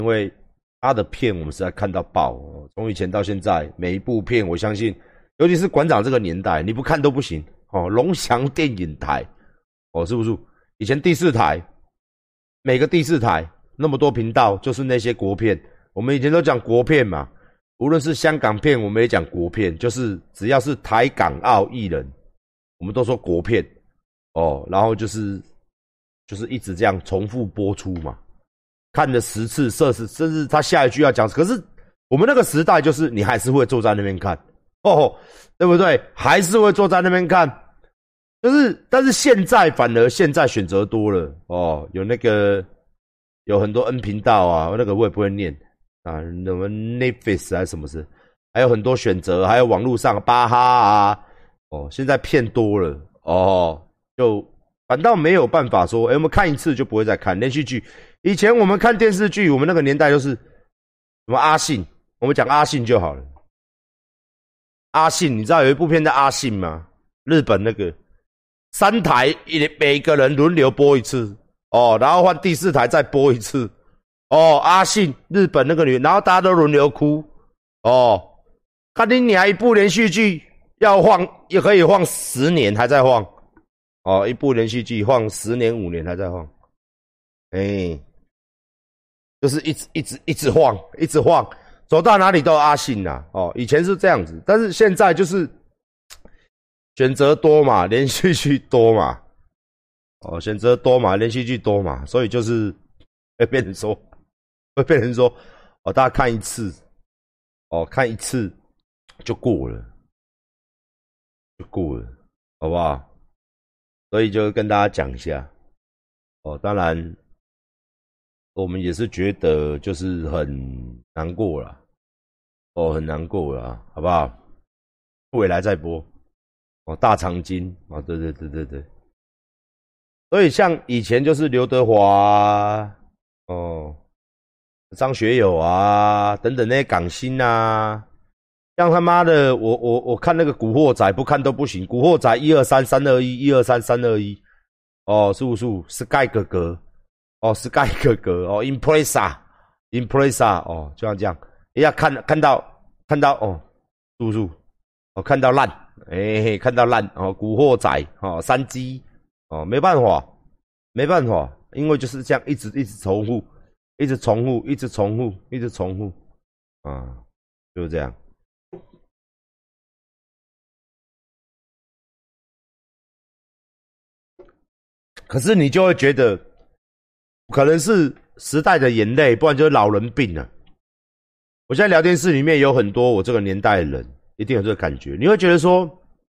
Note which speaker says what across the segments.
Speaker 1: 因为他的片我们实在看到爆哦，从以前到现在，每一部片我相信，尤其是馆长这个年代，你不看都不行哦。龙祥电影台哦，是不是？以前第4台，每个第4台那么多频道，就是那些国片。我们以前都讲国片嘛，无论是香港片，我们也讲国片，就是只要是台港澳艺人，我们都说国片哦。然后就是一直这样重复播出嘛。看了10次、40次，甚至他下一句要讲，可是我们那个时代就是你还是会坐在那边看，哦，对不对？还是会坐在那边看，但是现在反而现在选择多了哦，有很多 N 频道啊，那个我也不会念啊，什么 Netflix 还是什么事，还有很多选择，还有网络上巴哈啊，哦，现在片多了哦，就反倒没有办法说，我们看一次就不会再看连续剧。以前我们看电视剧，我们那个年代就是什么阿信，我们讲阿信就好了。阿信，你知道有一部片叫阿信吗？日本那个3台每个人轮流播一次哦，然后换第4台再播一次哦。阿信，日本那个女，然后大家都轮流哭哦。看你娘一部连续剧要放，也可以放10年还在放哦，一部连续剧放10年5年还在放，就是一直晃，一直晃，走到哪里都有阿信啊！哦，以前是这样子，但是现在就是选择多嘛，连续剧多嘛，哦，选择多嘛，连续剧多嘛，所以就是会变成说，哦，大家看一次，哦，看一次就过了，好不好？所以就跟大家讲一下，哦，当然。我们也是觉得就是很难过啦，哦，很难过啦，好不好？未来再播哦，大长今哦，对，所以像以前就是刘德华啊，哦，张学友啊等等那些港星啊，像他妈的，我看那个古惑仔不看都不行，古惑仔123-321，123-321，哦，是不是 Sky 哥哥？哦 ，Sky 哥哥哦 ，Impresa 哦，就像这样，一下看到哦，叔叔哦，看到烂，看到烂哦，古惑仔哦，3G哦，没办法，因为就是这样一直重复，一直重复啊，就是这样。可是你就会觉得。可能是时代的眼泪，不然就是老人病了。我现在聊天室里面有很多我这个年代的人，一定有这个感觉。你会觉得说，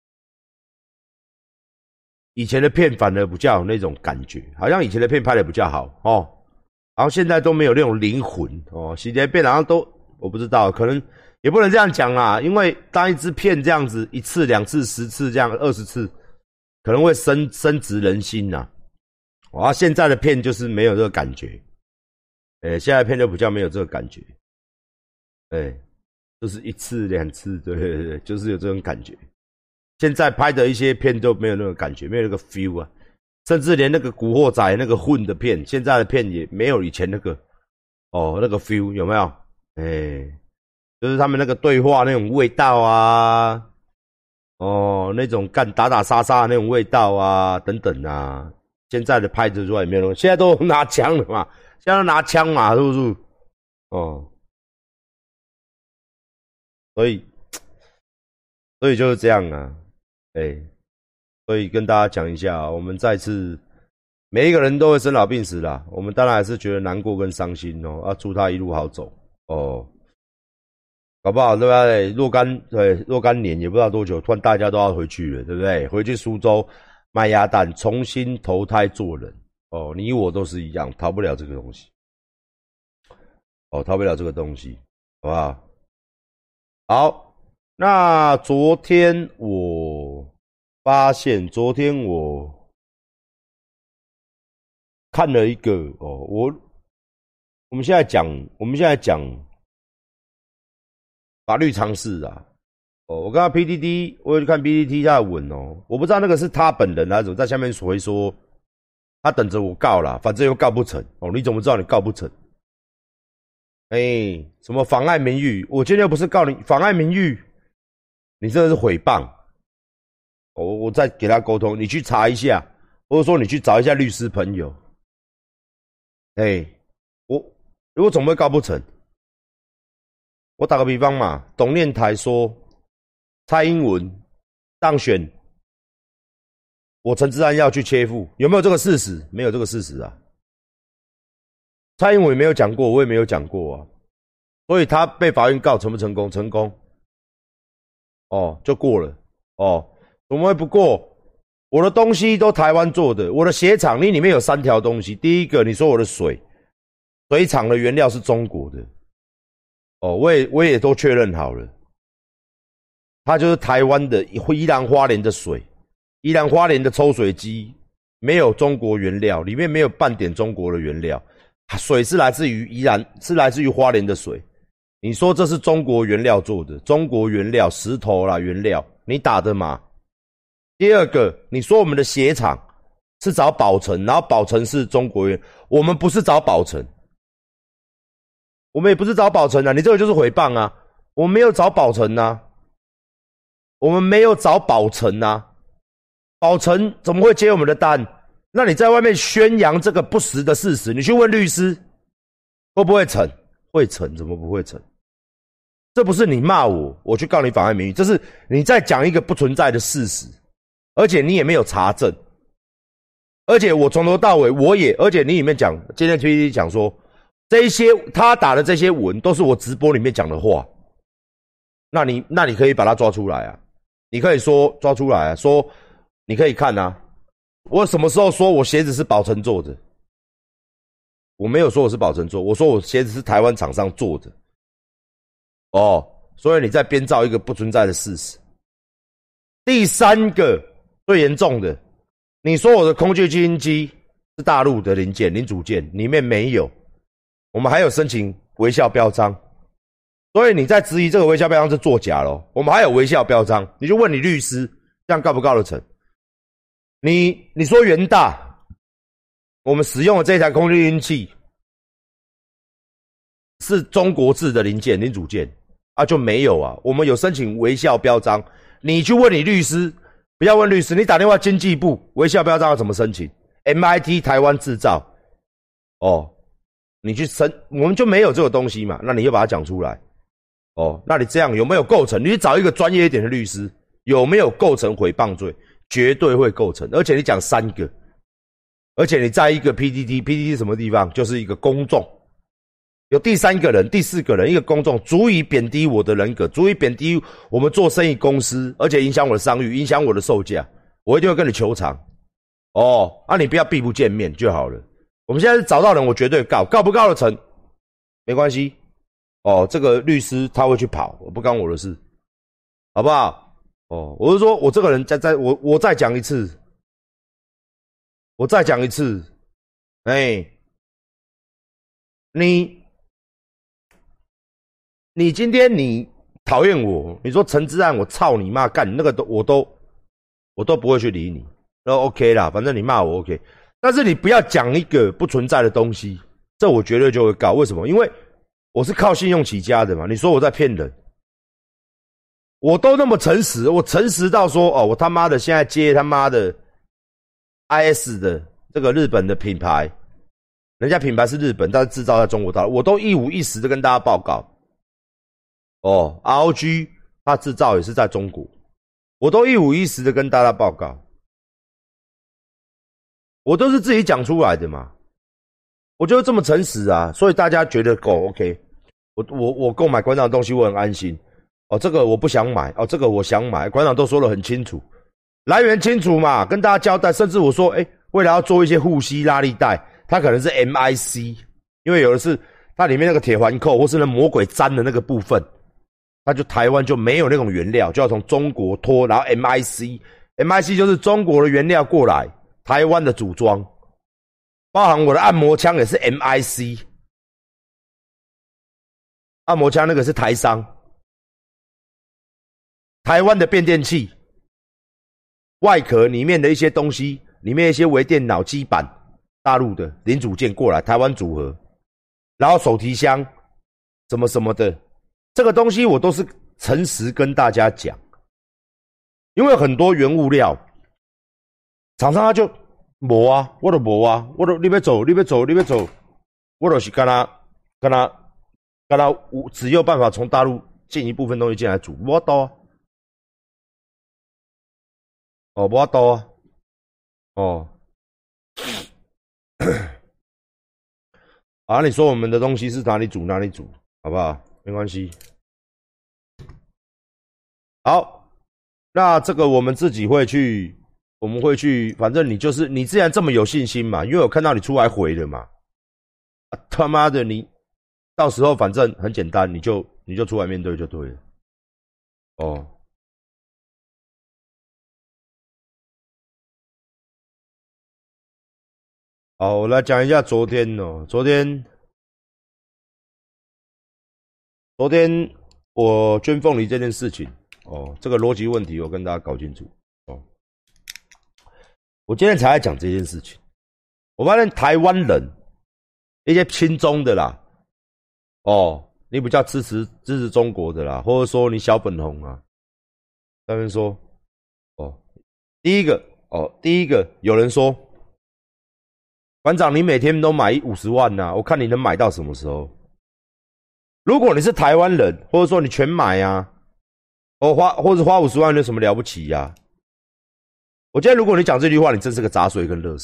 Speaker 1: 以前的片反而比较有那种感觉，好像以前的片拍的比较好哦，然后现在都没有那种灵魂哦。现在片好像都我不知道，可能也不能这样讲啦，因为当一支片这样子1次、2次、10次这样20次，可能会深植人心呐。哇，现在的片就是没有这个感觉，现在的片就比较没有这个感觉，就是1次2次，对，就是有这种感觉。现在拍的一些片都没有那个感觉，没有那个 feel 啊，甚至连那个古惑仔那个混的片，现在的片也没有以前那个那个 feel 有没有？就是他们那个对话那种味道啊，哦，那种打打杀杀的那种味道啊，等等啊。现在的拍子出来也没有东西，现在都拿枪了嘛，现在都拿枪嘛，是不是？哦，所以就是这样啊，所以跟大家讲一下，我们再次每一个人都会生老病死啦，我们当然还是觉得难过跟伤心哦，祝他一路好走哦，搞不好对不对？若干年也不知道多久，突然大家都要回去了，对不对？回去苏州。卖鸭蛋，重新投胎做人哦，你我都是一样，逃不了这个东西哦，逃不了这个东西，好不好？好，那昨天我发现，我看了一个哦，我们现在讲法律常识啊。我看到 PTT， 我有去看 PTT 下的文哦，我不知道那个是他本人还是怎么，在下面回说他等着我告啦，反正又告不成哦，你怎么知道你告不成？ 什么妨碍名誉？我今天又不是告你妨碍名誉，你真的是诽谤。我再给他沟通，你去查一下，或者说你去找一下律师朋友。我怎么会告不成？我打个比方嘛，董念台说蔡英文当选，我陈之安要去切腹，有没有这个事实？没有这个事实啊。蔡英文也没有讲过，我也没有讲过啊。所以他被法院告成不成功？成功。就过了。怎么会不过？我的东西都台湾做的，我的鞋厂里面有3条东西。第一个，你说我的水厂的原料是中国的，我也都确认好了，它就是台湾的宜兰花莲的水，宜兰花莲的抽水机没有中国原料，里面没有半点中国的原料，水是来自于宜兰，是来自于花莲的水。你说这是中国原料做的，中国原料石头啦原料，你打的嘛？第二个，你说我们的鞋厂是找宝成，然后宝成是中国原，我们不是找宝成，我们也不是找宝成啊，你这个就是诽谤啊！我们没有找宝成啊，我们没有找宝成啊，宝成怎么会接我们的单？那你在外面宣扬这个不实的事实，你去问律师会不会成？会成，怎么不会成？这不是你骂我，我去告你妨碍名誉，这是你在讲一个不存在的事实。而且你也没有查证，而且我从头到尾而且你里面讲，今天 PPT 讲说，这一些他打的这些文都是我直播里面讲的话，那你可以把它抓出来啊，你可以说抓出来啊，说你可以看啊，我什么时候说我鞋子是宝成做的？我没有说我是宝成做，我说我鞋子是台湾厂商做的。所以你在编造一个不存在的事实。第三个。最严重的，你说我的空气清新机是大陆的零件、零组件，里面没有，我们还有申请微笑标章，所以你在质疑这个微笑标章是作假咯。我们还有微笑标章，你就问你律师，这样告不告得成？你说元大，我们使用的这台空气清新器是中国制的零件、零组件啊，就没有啊，我们有申请微笑标章，你去问你律师。不要问律师，你打电话经济部，微笑标章要怎么申请 ？MIT 台湾制造，你去我们就没有这个东西嘛，那你就把它讲出来，那你这样有没有构成？你去找一个专业一点的律师，有没有构成诽谤罪？绝对会构成，而且你讲3个，而且你在一个 PTT 什么地方，就是一个公众。有第3个人、第4个人，一个公众足以贬低我的人格，足以贬低我们做生意公司，而且影响我的商誉，影响我的售价，我一定会跟你求偿。你不要避不见面就好了。我们现在是找到人，我绝对告不告得成，没关系。这个律师他会去跑，不干我的事，好不好？我是说我这个人我再讲一次，你今天你讨厌我，你说陈之案我操你妈干，那个我都不会去理你，那 OK 啦，反正你骂我 OK， 但是你不要讲一个不存在的东西，这我绝对就会告。为什么？因为我是靠信用起家的嘛，你说我在骗人，我都那么诚实，我诚实到说我他妈的现在接他妈的 IS 的这个日本的品牌，人家品牌是日本，但是制造在中国大陆，我都一五一十的跟大家报告。ROG 它制造也是在中国，我都一五一十的跟大家报告，我都是自己讲出来的嘛，我就是这么诚实啊，所以大家觉得够 OK， 我购买馆长的东西我很安心，这个我不想买，这个我想买，馆长都说得很清楚，来源清楚嘛，跟大家交代，甚至我说为了要做一些护膝拉力带，它可能是 MIC， 因为有的是它里面那个铁环扣或是那魔鬼粘的那个部分，它就台湾就没有那种原料，就要从中国拖，然后 MIC 就是中国的原料过来，台湾的组装，包含我的按摩枪也是 MIC， 按摩枪那个是台商，台湾的变电器外壳里面的一些东西，里面一些微电脑基板，大陆的零组件过来，台湾组合，然后手提箱什么什么的，这个东西我都是诚实跟大家讲，因为很多原物料，厂商他就没啊，我都没啊，我都你要走，我都是跟他只有办法从大陆进一部分东西进来煮，没到啊，哦，没到啊，哦。啊，你说我们的东西是哪里煮，好不好？没关系。好，那这个我们自己会去，反正你就是你既然这么有信心嘛，因为我看到你出来回了嘛，啊、他妈的你到时候反正很简单，你就出来面对就对了。哦。好，我来讲一下昨天哦。昨天我捐凤梨这件事情哦，这个逻辑问题我跟大家搞清楚哦。我今天才在讲这件事情，我发现台湾人一些亲中的啦，哦，你比较支持中国的啦，或者说你小粉红啊，他们说哦，第一个有人说。馆长，你每天都买50万啊，我看你能买到什么时候？如果你是台湾人，或者说你全买啊，或者花50万有什么了不起啊？我觉得如果你讲这句话，你真是个杂碎跟垃圾。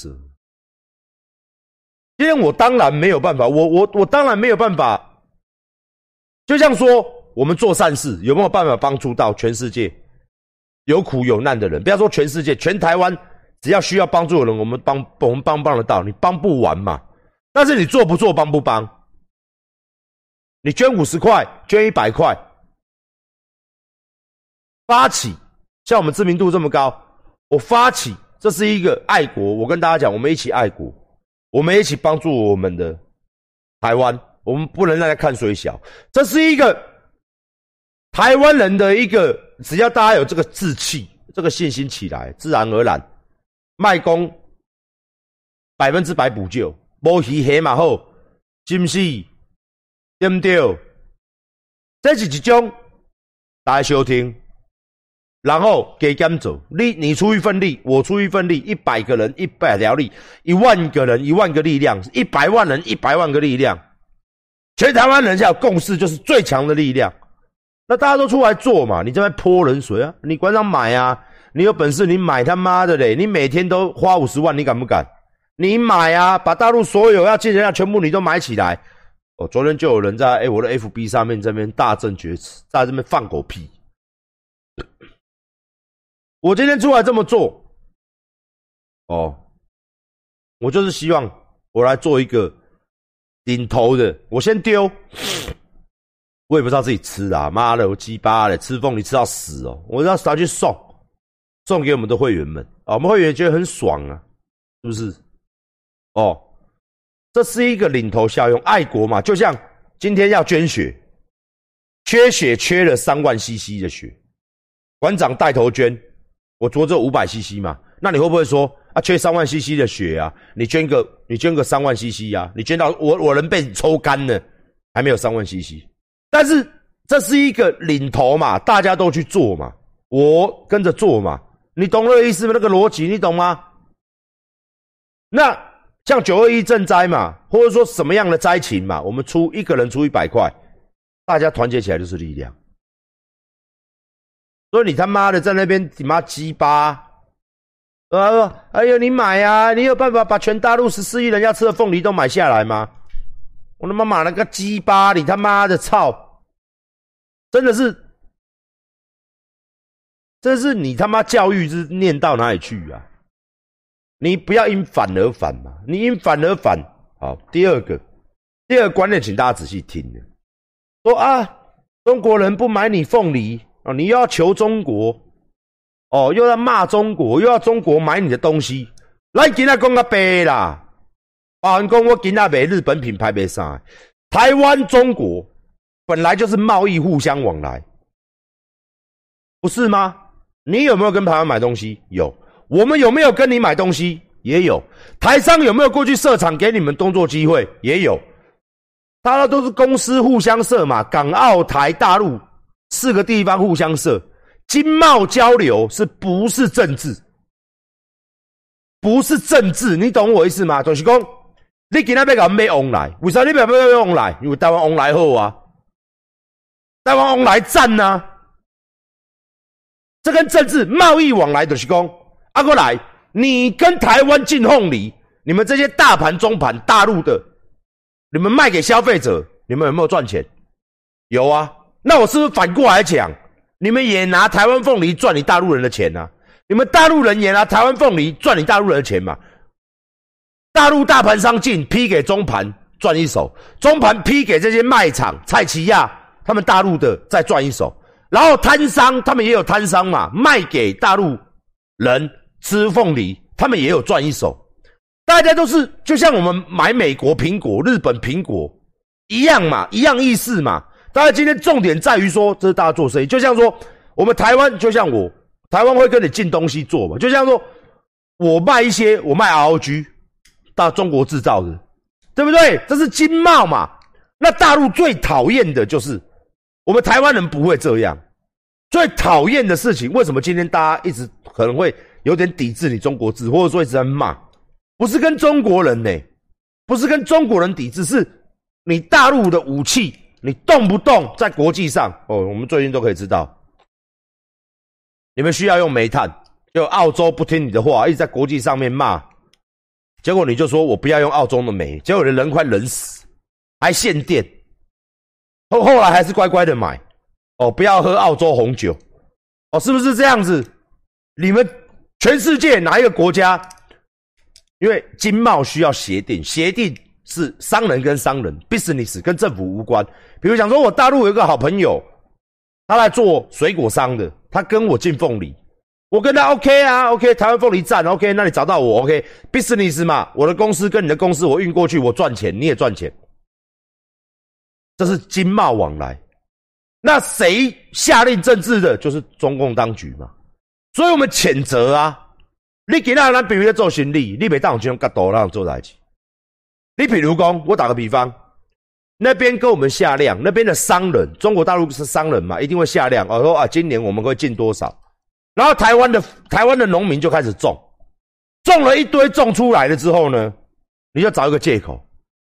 Speaker 1: 今天我当然没有办法，我当然没有办法。就像说，我们做善事有没有办法帮助到全世界有苦有难的人？不要说全世界，全台湾。只要需要帮助的人，我们帮得到，你帮不完嘛。但是你做不做，帮不帮？你捐50块，捐100块，发起，像我们知名度这么高，我发起，这是一个爱国。我跟大家讲，我们一起爱国，我们一起帮助我们的台湾，我们不能让大家看水小。这是一个台湾人的一个，只要大家有这个志气，这个信心起来，自然而然。卖公100%补救，无鱼虾嘛好，是不是？对不对？这是一种大家收听，然后加减做，你出一份力，我出一份力，100个人100条力，1万个人1万个力量，100万人100万个力量，全台湾人要有共识，就是最强的力量。那大家都出来做嘛，你这边泼冷水啊，你馆长买啊。你有本事你买他妈的嘞！你每天都花50万，你敢不敢？你买啊，把大陆所有要借的全部你都买起来。哦，昨天就有人在我的 FB 上面这边大振厥词，在这边放狗屁。我今天出来这么做，哦，我就是希望我来做一个领头的，我先丢，我也不知道自己吃啊，妈的，我鸡巴的，吃凤梨吃到死哦，我要拿去送给我们的会员们啊，我们会员觉得很爽啊，是不是？哦，这是一个领头效用，爱国嘛，就像今天要捐血，缺血缺了3万 CC 的血，馆长带头捐，我做这500 CC 嘛，那你会不会说啊，缺3万 CC 的血啊，你捐个3万 CC 啊，你捐到我人被你抽干了，还没有3万 CC， 但是这是一个领头嘛，大家都去做嘛，我跟着做嘛。你懂那个意思吗？那个逻辑你懂吗？那像921赈灾嘛，或者说什么样的灾情嘛，我们一个人出100块，大家团结起来就是力量。所以你他妈的在那边你妈鸡巴，哎呦你买啊，你有办法把全大陆14亿人要吃的凤梨都买下来吗？我他妈买了个鸡巴，你他妈的操！真的是。这是你他妈教育是念到哪里去啊？你不要因反而反嘛，你因反而反。好，第二个观念，请大家仔细听。说啊，中国人不买你凤梨哦，你又要求中国哦，又要骂中国，又要中国买你的东西。咱今仔讲个白啦，包含讲我今仔卖日本品牌卖啥？台湾、中国本来就是贸易互相往来，不是吗？你有没有跟台湾买东西？有。我们有没有跟你买东西？也有。台商有没有过去设厂给你们工作机会？也有。 大家都是公司互相设嘛，港澳台大陆4个地方互相设，经贸交流是不是政治？不是政治，你懂我意思吗？就是说，你今天要给我们买往来，为啥你不要买往来？因为台湾往来好啊，台湾往来赞啊，这跟政治贸易往来就是说，过来，你跟台湾进凤梨，你们这些大盘、中盘、大陆的，你们卖给消费者，你们有没有赚钱？有啊，那我是不是反过来讲，你们也拿台湾凤梨赚你大陆人的钱啊？你们大陆人也拿台湾凤梨赚你大陆人的钱嘛？大陆大盘商进批给中盘赚一手，中盘批给这些卖场、菜奇亚，他们大陆的再赚一手，然后摊商他们也有摊商嘛，卖给大陆人吃凤梨，他们也有赚一手。大家都是就像我们买美国苹果、日本苹果一样嘛，一样意思嘛。大家今天重点在于说，这是大家做生意，就像说我们台湾，就像我。台湾会跟你进东西做嘛？就像说，我卖 ROG 到中国制造的，对不对？这是经贸嘛。那大陆最讨厌的就是我们台湾人不会这样。最讨厌的事情，为什么今天大家一直可能会有点抵制你中国制，或者说一直在骂？不是跟中国人呢，不是跟中国人抵制，是你大陆的武器，你动不动在国际上我们最近都可以知道。你们需要用煤炭，就澳洲不听你的话，一直在国际上面骂，结果你就说我不要用澳洲的煤，结果你人快冷死，还限电，后来还是乖乖的买，不要喝澳洲红酒，是不是这样子？你们全世界哪一个国家？因为经贸需要协定，协定是商人跟商人 ，business 跟政府无关。比如讲说，我大陆有一个好朋友，他来做水果商的。他跟我进凤梨，我跟他 OK 啊 ，OK， 台湾凤梨站 OK， 那你找到我 OK，business 嘛，我的公司跟你的公司我运过去，我赚钱，你也赚钱，这是经贸往来。那谁下令政治的，就是中共当局嘛。所以我们谴责啊，你今仔咱比如在做生意，你别当这种角度让做在一起。你比如讲，我打个比方。那边跟我们下量，那边的商人，中国大陆是商人嘛，一定会下量说今年我们会进多少，然后台湾的农民就开始种了一堆，种出来了之后呢，你就找一个借口，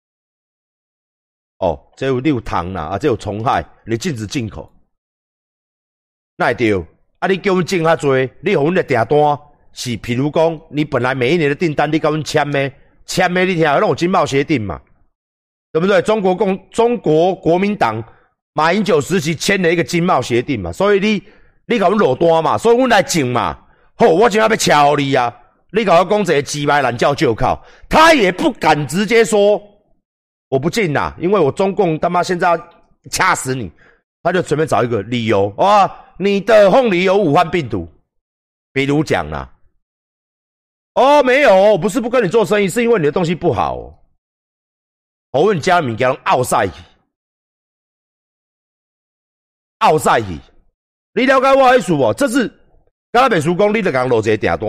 Speaker 1: 这有六糖啦，这有虫害，你禁止进口，那会对你叫我们进较多，你给我们的订单是，譬如讲，你本来每一年的订单你跟我们签的，你听那种经贸协定嘛。对不对？中国国民党马英九时期签了一个经贸协定嘛，所以你给我们落单嘛，所以我们来进嘛。我今天要敲你啊！你给我讲这个鸡掰懒觉就靠，他也不敢直接说我不进啦，因为我中共他妈现在要掐死你，他就随便找一个理由你的凤梨有武汉病毒，比如讲啦，没有，不是不跟你做生意，是因为你的东西不好我问家物件拢拗赛去，你了解我的意思无？这是甲咱秘书讲，你就共落一个订单。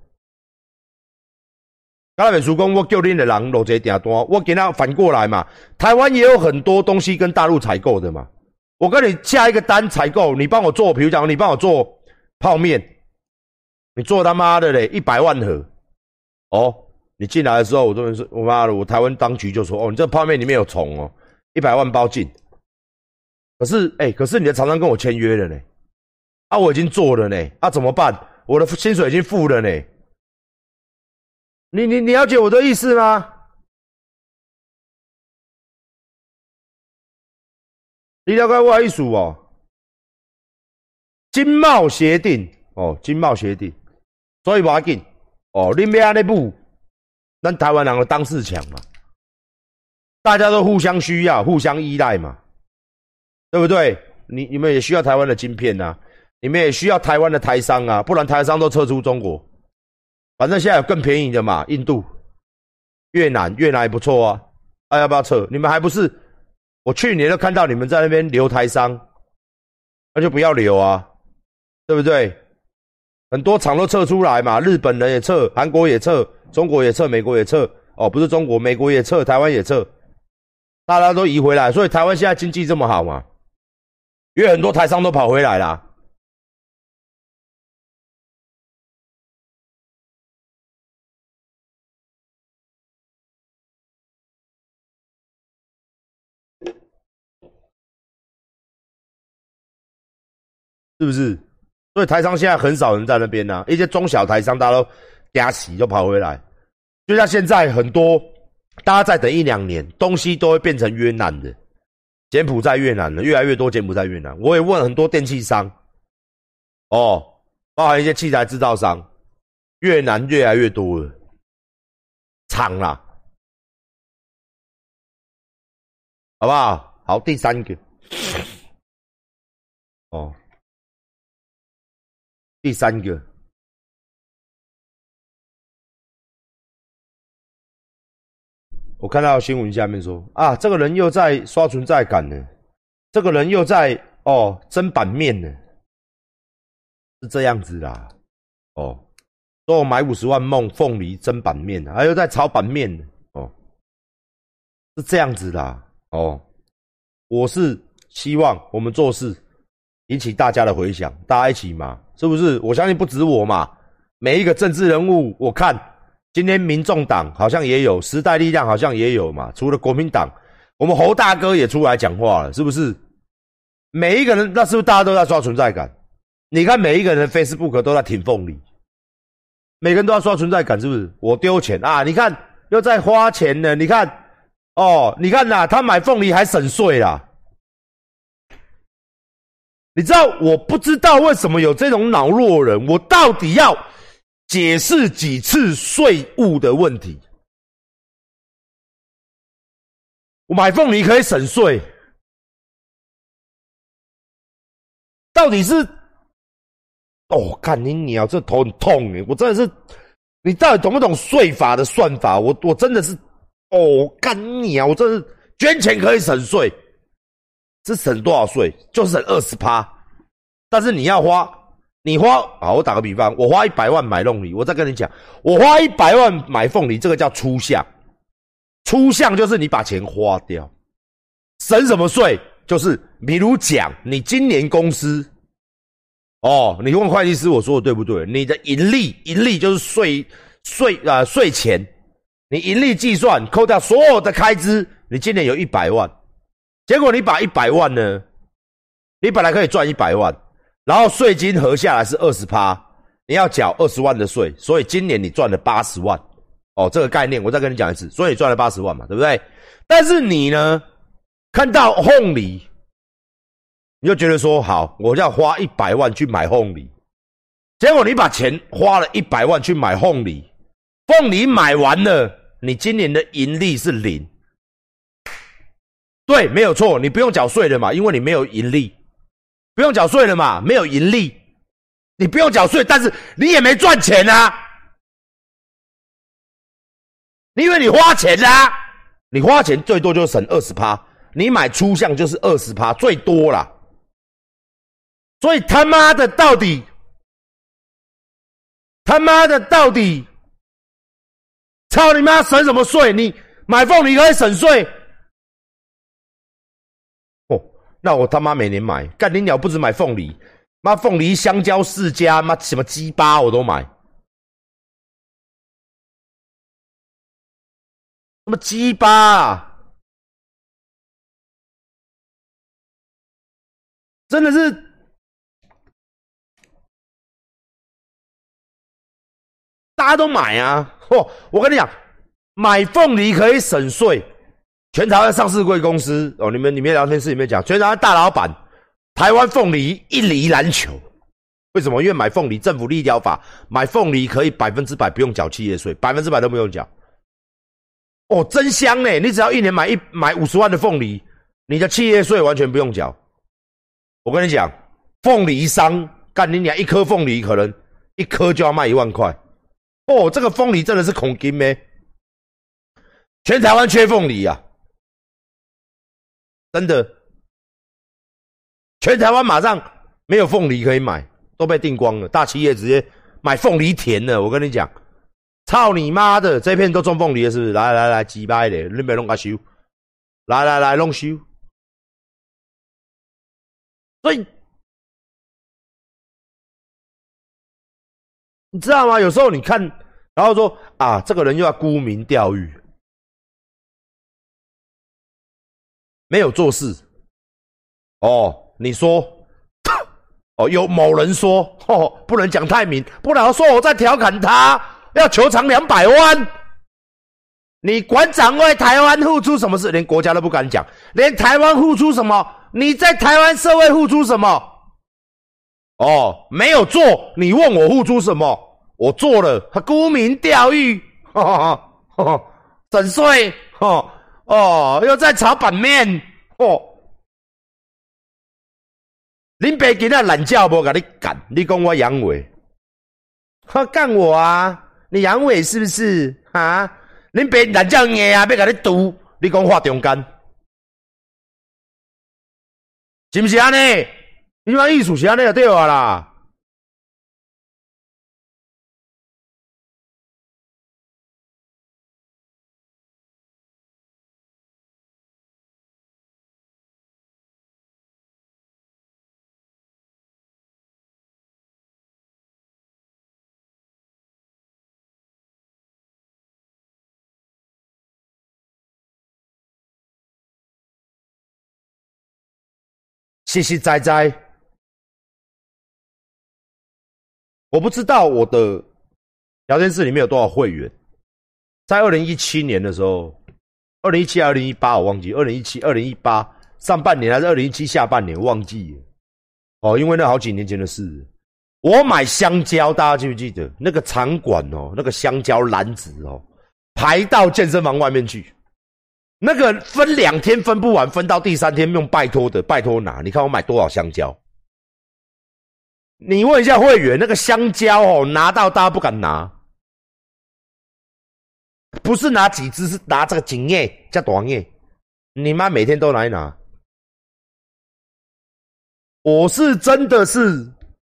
Speaker 1: 甲咱秘书讲，我叫恁的人落一个订单，我今仔反过来嘛。台湾也有很多东西跟大陆采购的嘛。我跟你下一个单采购，你帮我做，比如讲你帮我做泡面，你做他妈的嘞100万盒，你进来的时候，我妈的，我台湾当局就说，你这泡面里面有虫100万包进。可是你的厂商跟我签约了呢，我已经做了呢，怎么办？我的薪水已经付了呢。你了解我的意思吗？你了解我的意思经贸协定经贸协定，所以不要紧你要这样补。咱台湾人的当势强嘛，大家都互相需要、互相依赖嘛，对不对？你们也需要台湾的晶片啊，你们也需要台湾的台商啊，不然台商都撤出中国。反正现在有更便宜的嘛，印度、越南也不错啊，要不要撤？你们还不是？我去年就看到你们在那边留台商，那就不要留啊，对不对？很多厂都撤出来嘛，日本人也撤，韩国也撤。中国也撤，美国也撤不是中国，美国也撤，台湾也撤。 大家都移回来，所以台湾现在经济这么好嘛，因为很多台商都跑回来啦。是不是？所以台商现在很少人在那边啊，一些中小台商大家都加起就跑回来。就像现在很多，大家再等1-2年，东西都会变成越南的，柬埔寨越南的越来越多，柬埔寨越南。我也问很多电器商，哦，包含一些器材制造商，越南越来越多了，厂啦，好不好？好，第3个，哦。第3个，我看到新闻下面说啊，这个人又在刷存在感呢，这个人又在争版面呢，是这样子啦。哦，说我买50万梦凤梨争版面，还又在炒版面呢。哦，是这样子啦。哦，我是希望我们做事引起大家的回响，大家一起嘛，是不是？我相信不止我嘛，每一个政治人物，我看今天民众党好像也有，时代力量好像也有嘛，除了国民党，我们侯大哥也出来讲话了，是不是？每一个人，那是不是大家都在刷存在感？你看每一个人的 Facebook 都在挺凤梨，每个人都要刷存在感，是不是？我丢钱啊，你看又在花钱了，你看你看啦，他买凤梨还省税啦。你知道我不知道为什么有这种脑弱人，我到底要解释几次税务的问题？我买凤梨可以省税，到底是干你鸟，这头很痛耶！我真的是，你到底懂不懂税法的算法？我真的是干你啊！我真是捐钱可以省税。是省多少税？就省20%，但是你花，好，我打个比方，我花100万买凤梨，我再跟你讲，我花100万买凤梨，这个叫出项。出项就是你把钱花掉，省什么税？就是比如讲，你今年公司，你问会计师我说的对不对？你的盈利就是税前，你盈利计算扣掉所有的开支，你今年有100万。结果你把100万呢，你本来可以赚100万，然后税金合下来是20%，你要缴20万的税，所以今年你赚了80万。这个概念我再跟你讲一次，所以你赚了80万嘛，对不对？但是你呢，看到凤梨，你就觉得说好，我要花100万去买凤梨，结果你把钱花了100万去买凤梨，凤梨买完了，你今年的盈利是0。对，没有错，你不用缴税了嘛，因为你没有盈利，不用缴税了嘛，没有盈利，你不用缴税，但是你也没赚钱啊，因为你花钱啦，你花钱最多就省20%，你买出项就是20%，最多啦。所以他妈的到底，操你妈省什么税？你买凤梨可以省税。那我他妈每年买，干你鸟不止买凤梨，妈凤梨、香蕉、释迦，妈什么鸡巴我都买，什么鸡巴啊，真的是，大家都买啊！我跟你讲，买凤梨可以省税。全台湾上市贵公司你们聊天室里面讲，全台湾大老板，台湾凤梨一梨难求。为什么？因为买凤梨，政府立条法，买凤梨可以100%不用缴企业税，100%都不用缴。真香呢！你只要一年买50万的凤梨，你的企业税完全不用缴。我跟你讲，凤梨商干你娘，一颗凤梨可能一颗就要卖1万块。这个凤梨真的是恐金咩？全台湾缺凤梨啊！真的，全台湾马上没有凤梨可以买，都被订光了。大企业直接买凤梨田了。我跟你讲，操你妈的，这片都种凤梨了是不是？来，鸡掰的，你别弄个修。 来弄收。所以你知道吗？有时候你看，然后说啊，这个人又要沽名钓誉，没有做事。哦，你说，哦，有某人说，哦，不能讲太明，不然说我在调侃他，要求偿200万。你馆长为台湾付出什么事？连国家都不敢讲，连台湾付出什么？你在台湾社会付出什么？哦，没有做，你问我付出什么？我做了，沽名钓誉，整税，又在炒版面，恁爸今仔懒觉无甲你干，你讲我阳痿，干我啊？你阳痿是不是？啊？恁爸懒觉硬啊，要甲你堵，你讲画中间，是不是安尼？你妈意思是安尼就对啊啦。实实在在，我不知道我的聊天室里面有多少会员。在2017年的时候，2017还是2018我忘记，2017、2018上半年还是2017下半年忘记了。哦，因为那好几年前的事。我买香蕉，大家记不记得那个场馆哦？那个香蕉篮子哦，排到健身房外面去。那个分2天分不完，分到第3天用拜托的，拜托拿。你看我买多少香蕉？你问一下会员，那个香蕉哦，拿到大家不敢拿，不是拿几只，是拿这个茎叶加短叶。你妈每天都来拿，我是真的是。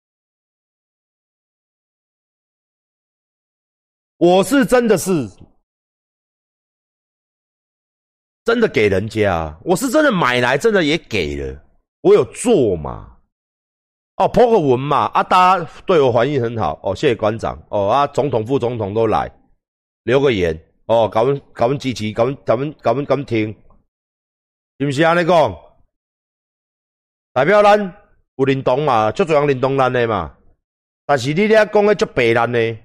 Speaker 1: 真的给人家，我是真的买来，真的也给了，我有做嘛？哦 po 个文嘛，啊，大家对我反应很好，哦，谢谢馆长，哦啊，总统、副总统都来，留个言，哦，搞阮支持，搞阮听，是不是安尼讲？代表咱有认同嘛，足多人认同咱的嘛，但是你咧讲的足白烂的，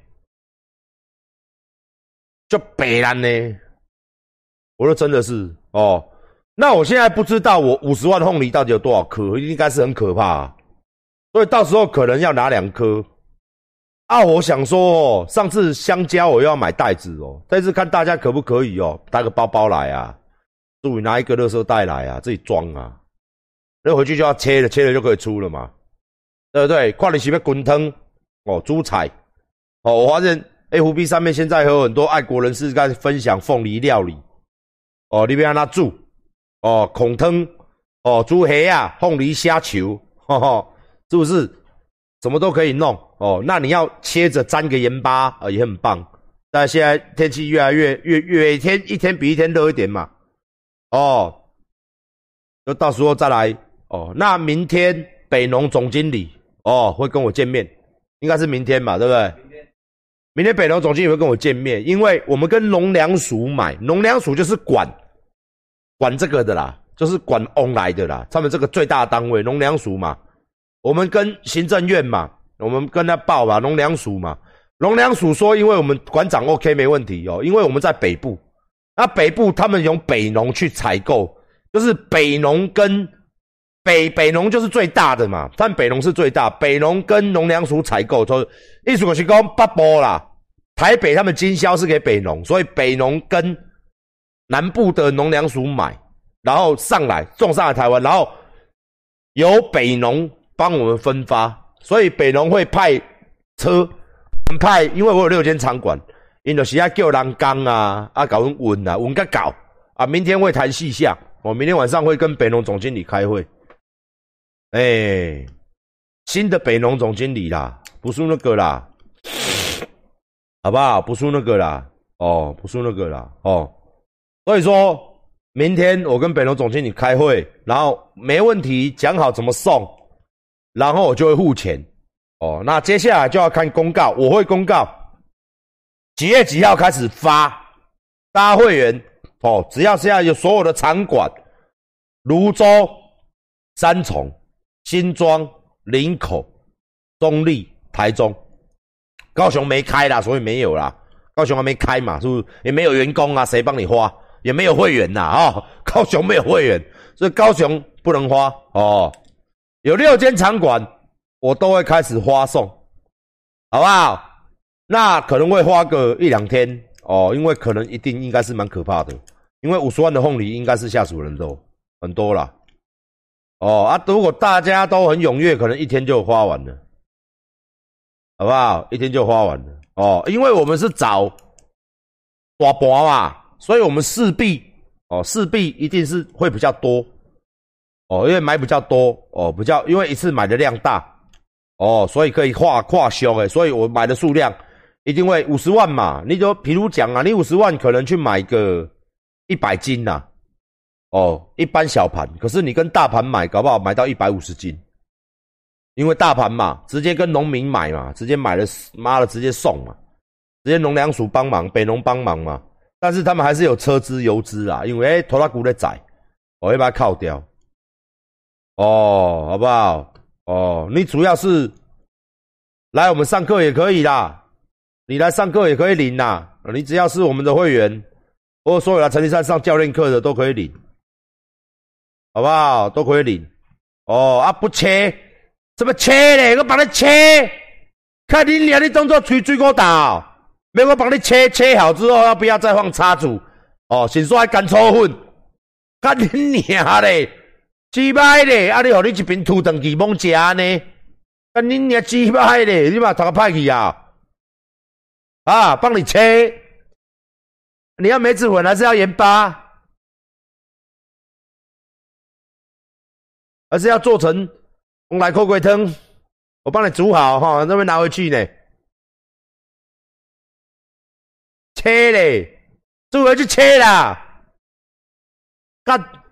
Speaker 1: 足白烂的。我说真的是哦，那我现在不知道我50万凤梨到底有多少颗，应该是很可怕啊，所以到时候可能要拿2颗啊。我想说哦，上次香蕉我又要买袋子哦，这次看大家可不可以哦，带个包包来啊，注意拿一个垃圾袋来啊，自己装啊，那回去就要切了，切了就可以出了嘛，对不对？看你是要滚汤哦，猪菜哦，我发现 FB 上面现在有很多爱国人士在分享凤梨料理。哦，你要安怎煮？哦，孔汤，哦，猪血啊，凤梨虾球，呵呵，是不是？什么都可以弄哦。那你要切着沾个盐巴，也很棒。但现在天气越来越一天比一天热一点嘛。哦，就到时候再来哦。那明天北农总经理哦会跟我见面，应该是明天嘛，对不对？明天北农总经理会跟我见面，因为我们跟农粮署买，农粮署就是管这个的啦，就是管翁来的啦，他们这个最大单位农粮署嘛，我们跟行政院嘛，我们跟他报嘛，农粮署嘛，农粮署说因为我们馆长 OK 没问题哦，因为我们在北部，那北部他们用北农去采购，就是北农跟北农就是最大的嘛，但北农是最大，北农跟农粮署采购，所以意思就是讲北部啦，台北他们经销是给北农，所以北农跟南部的农粮署买，然后送上来台湾，然后由北农帮我们分发，所以北农会派车，因为我有6间场馆，因就是要叫人工啊，搞阮运啊，运甲搞啊，明天会谈细项，我明天晚上会跟北农总经理开会，新的北农总经理啦，不是那个啦，好不好？不是那个啦，哦，不是那个啦，哦。所以说， 明天我跟北农总经理开会，然后没问题，讲好怎么送，然后我就会付钱。哦，那接下来就要看公告，我会公告几月几号开始发，大家会员哦，只要现在有所有的场馆，泸州、三重、新庄、林口、中立、台中，高雄没开啦，所以没有啦。高雄还没开嘛，是不是？也没有员工啊，谁帮你花？也没有会员呐，哦，高雄没有会员，所以高雄不能花哦。有6间场馆，我都会开始发送，好不好？那可能会花个1-2天哦，因为可能应该是蛮可怕的，因为50万的凤梨应该是下属人肉，很多啦。哦啊，如果大家都很踊跃，可能1天就花完了，好不好？1天就花完了哦，因为我们是找大盘嘛，所以我们势必一定是会比较多哦，因为买比较多哦，因为一次买的量大哦，所以可以跨销诶，所以我买的数量一定会50万嘛，你就比如讲啊，你50万可能去买个100斤呐，哦，一般小盘，可是你跟大盘买，搞不好买到150斤。因为大盘嘛，直接跟农民买嘛，直接买了，妈的，直接送嘛，直接农粮署帮忙，北农帮忙嘛。但是他们还是有车资、油资啦，因为拖拉股在载，我会把它扣掉。哦，好不好？哦，你主要是来我们上课也可以啦，你来上课也可以领啦，你只要是我们的会员，或者所有来成绩山上教练课的都可以领，好不好？都可以领。哦啊，不切。怎么切咧？我帮你切，看你俩你当作吹水果刀，没我帮你切好之后，要不要再放插组？哦，先说还干粗粉，看你俩咧，鸡掰咧，啊你互你一边吐长期猛食呢？看你俩鸡掰咧，你嘛读个歹去啊？啊，帮你切，你要梅子粉还是要盐巴？还是要做成？红来口龟汤，我帮你煮好哈，那边拿回去呢。切嘞，煮回去切啦。干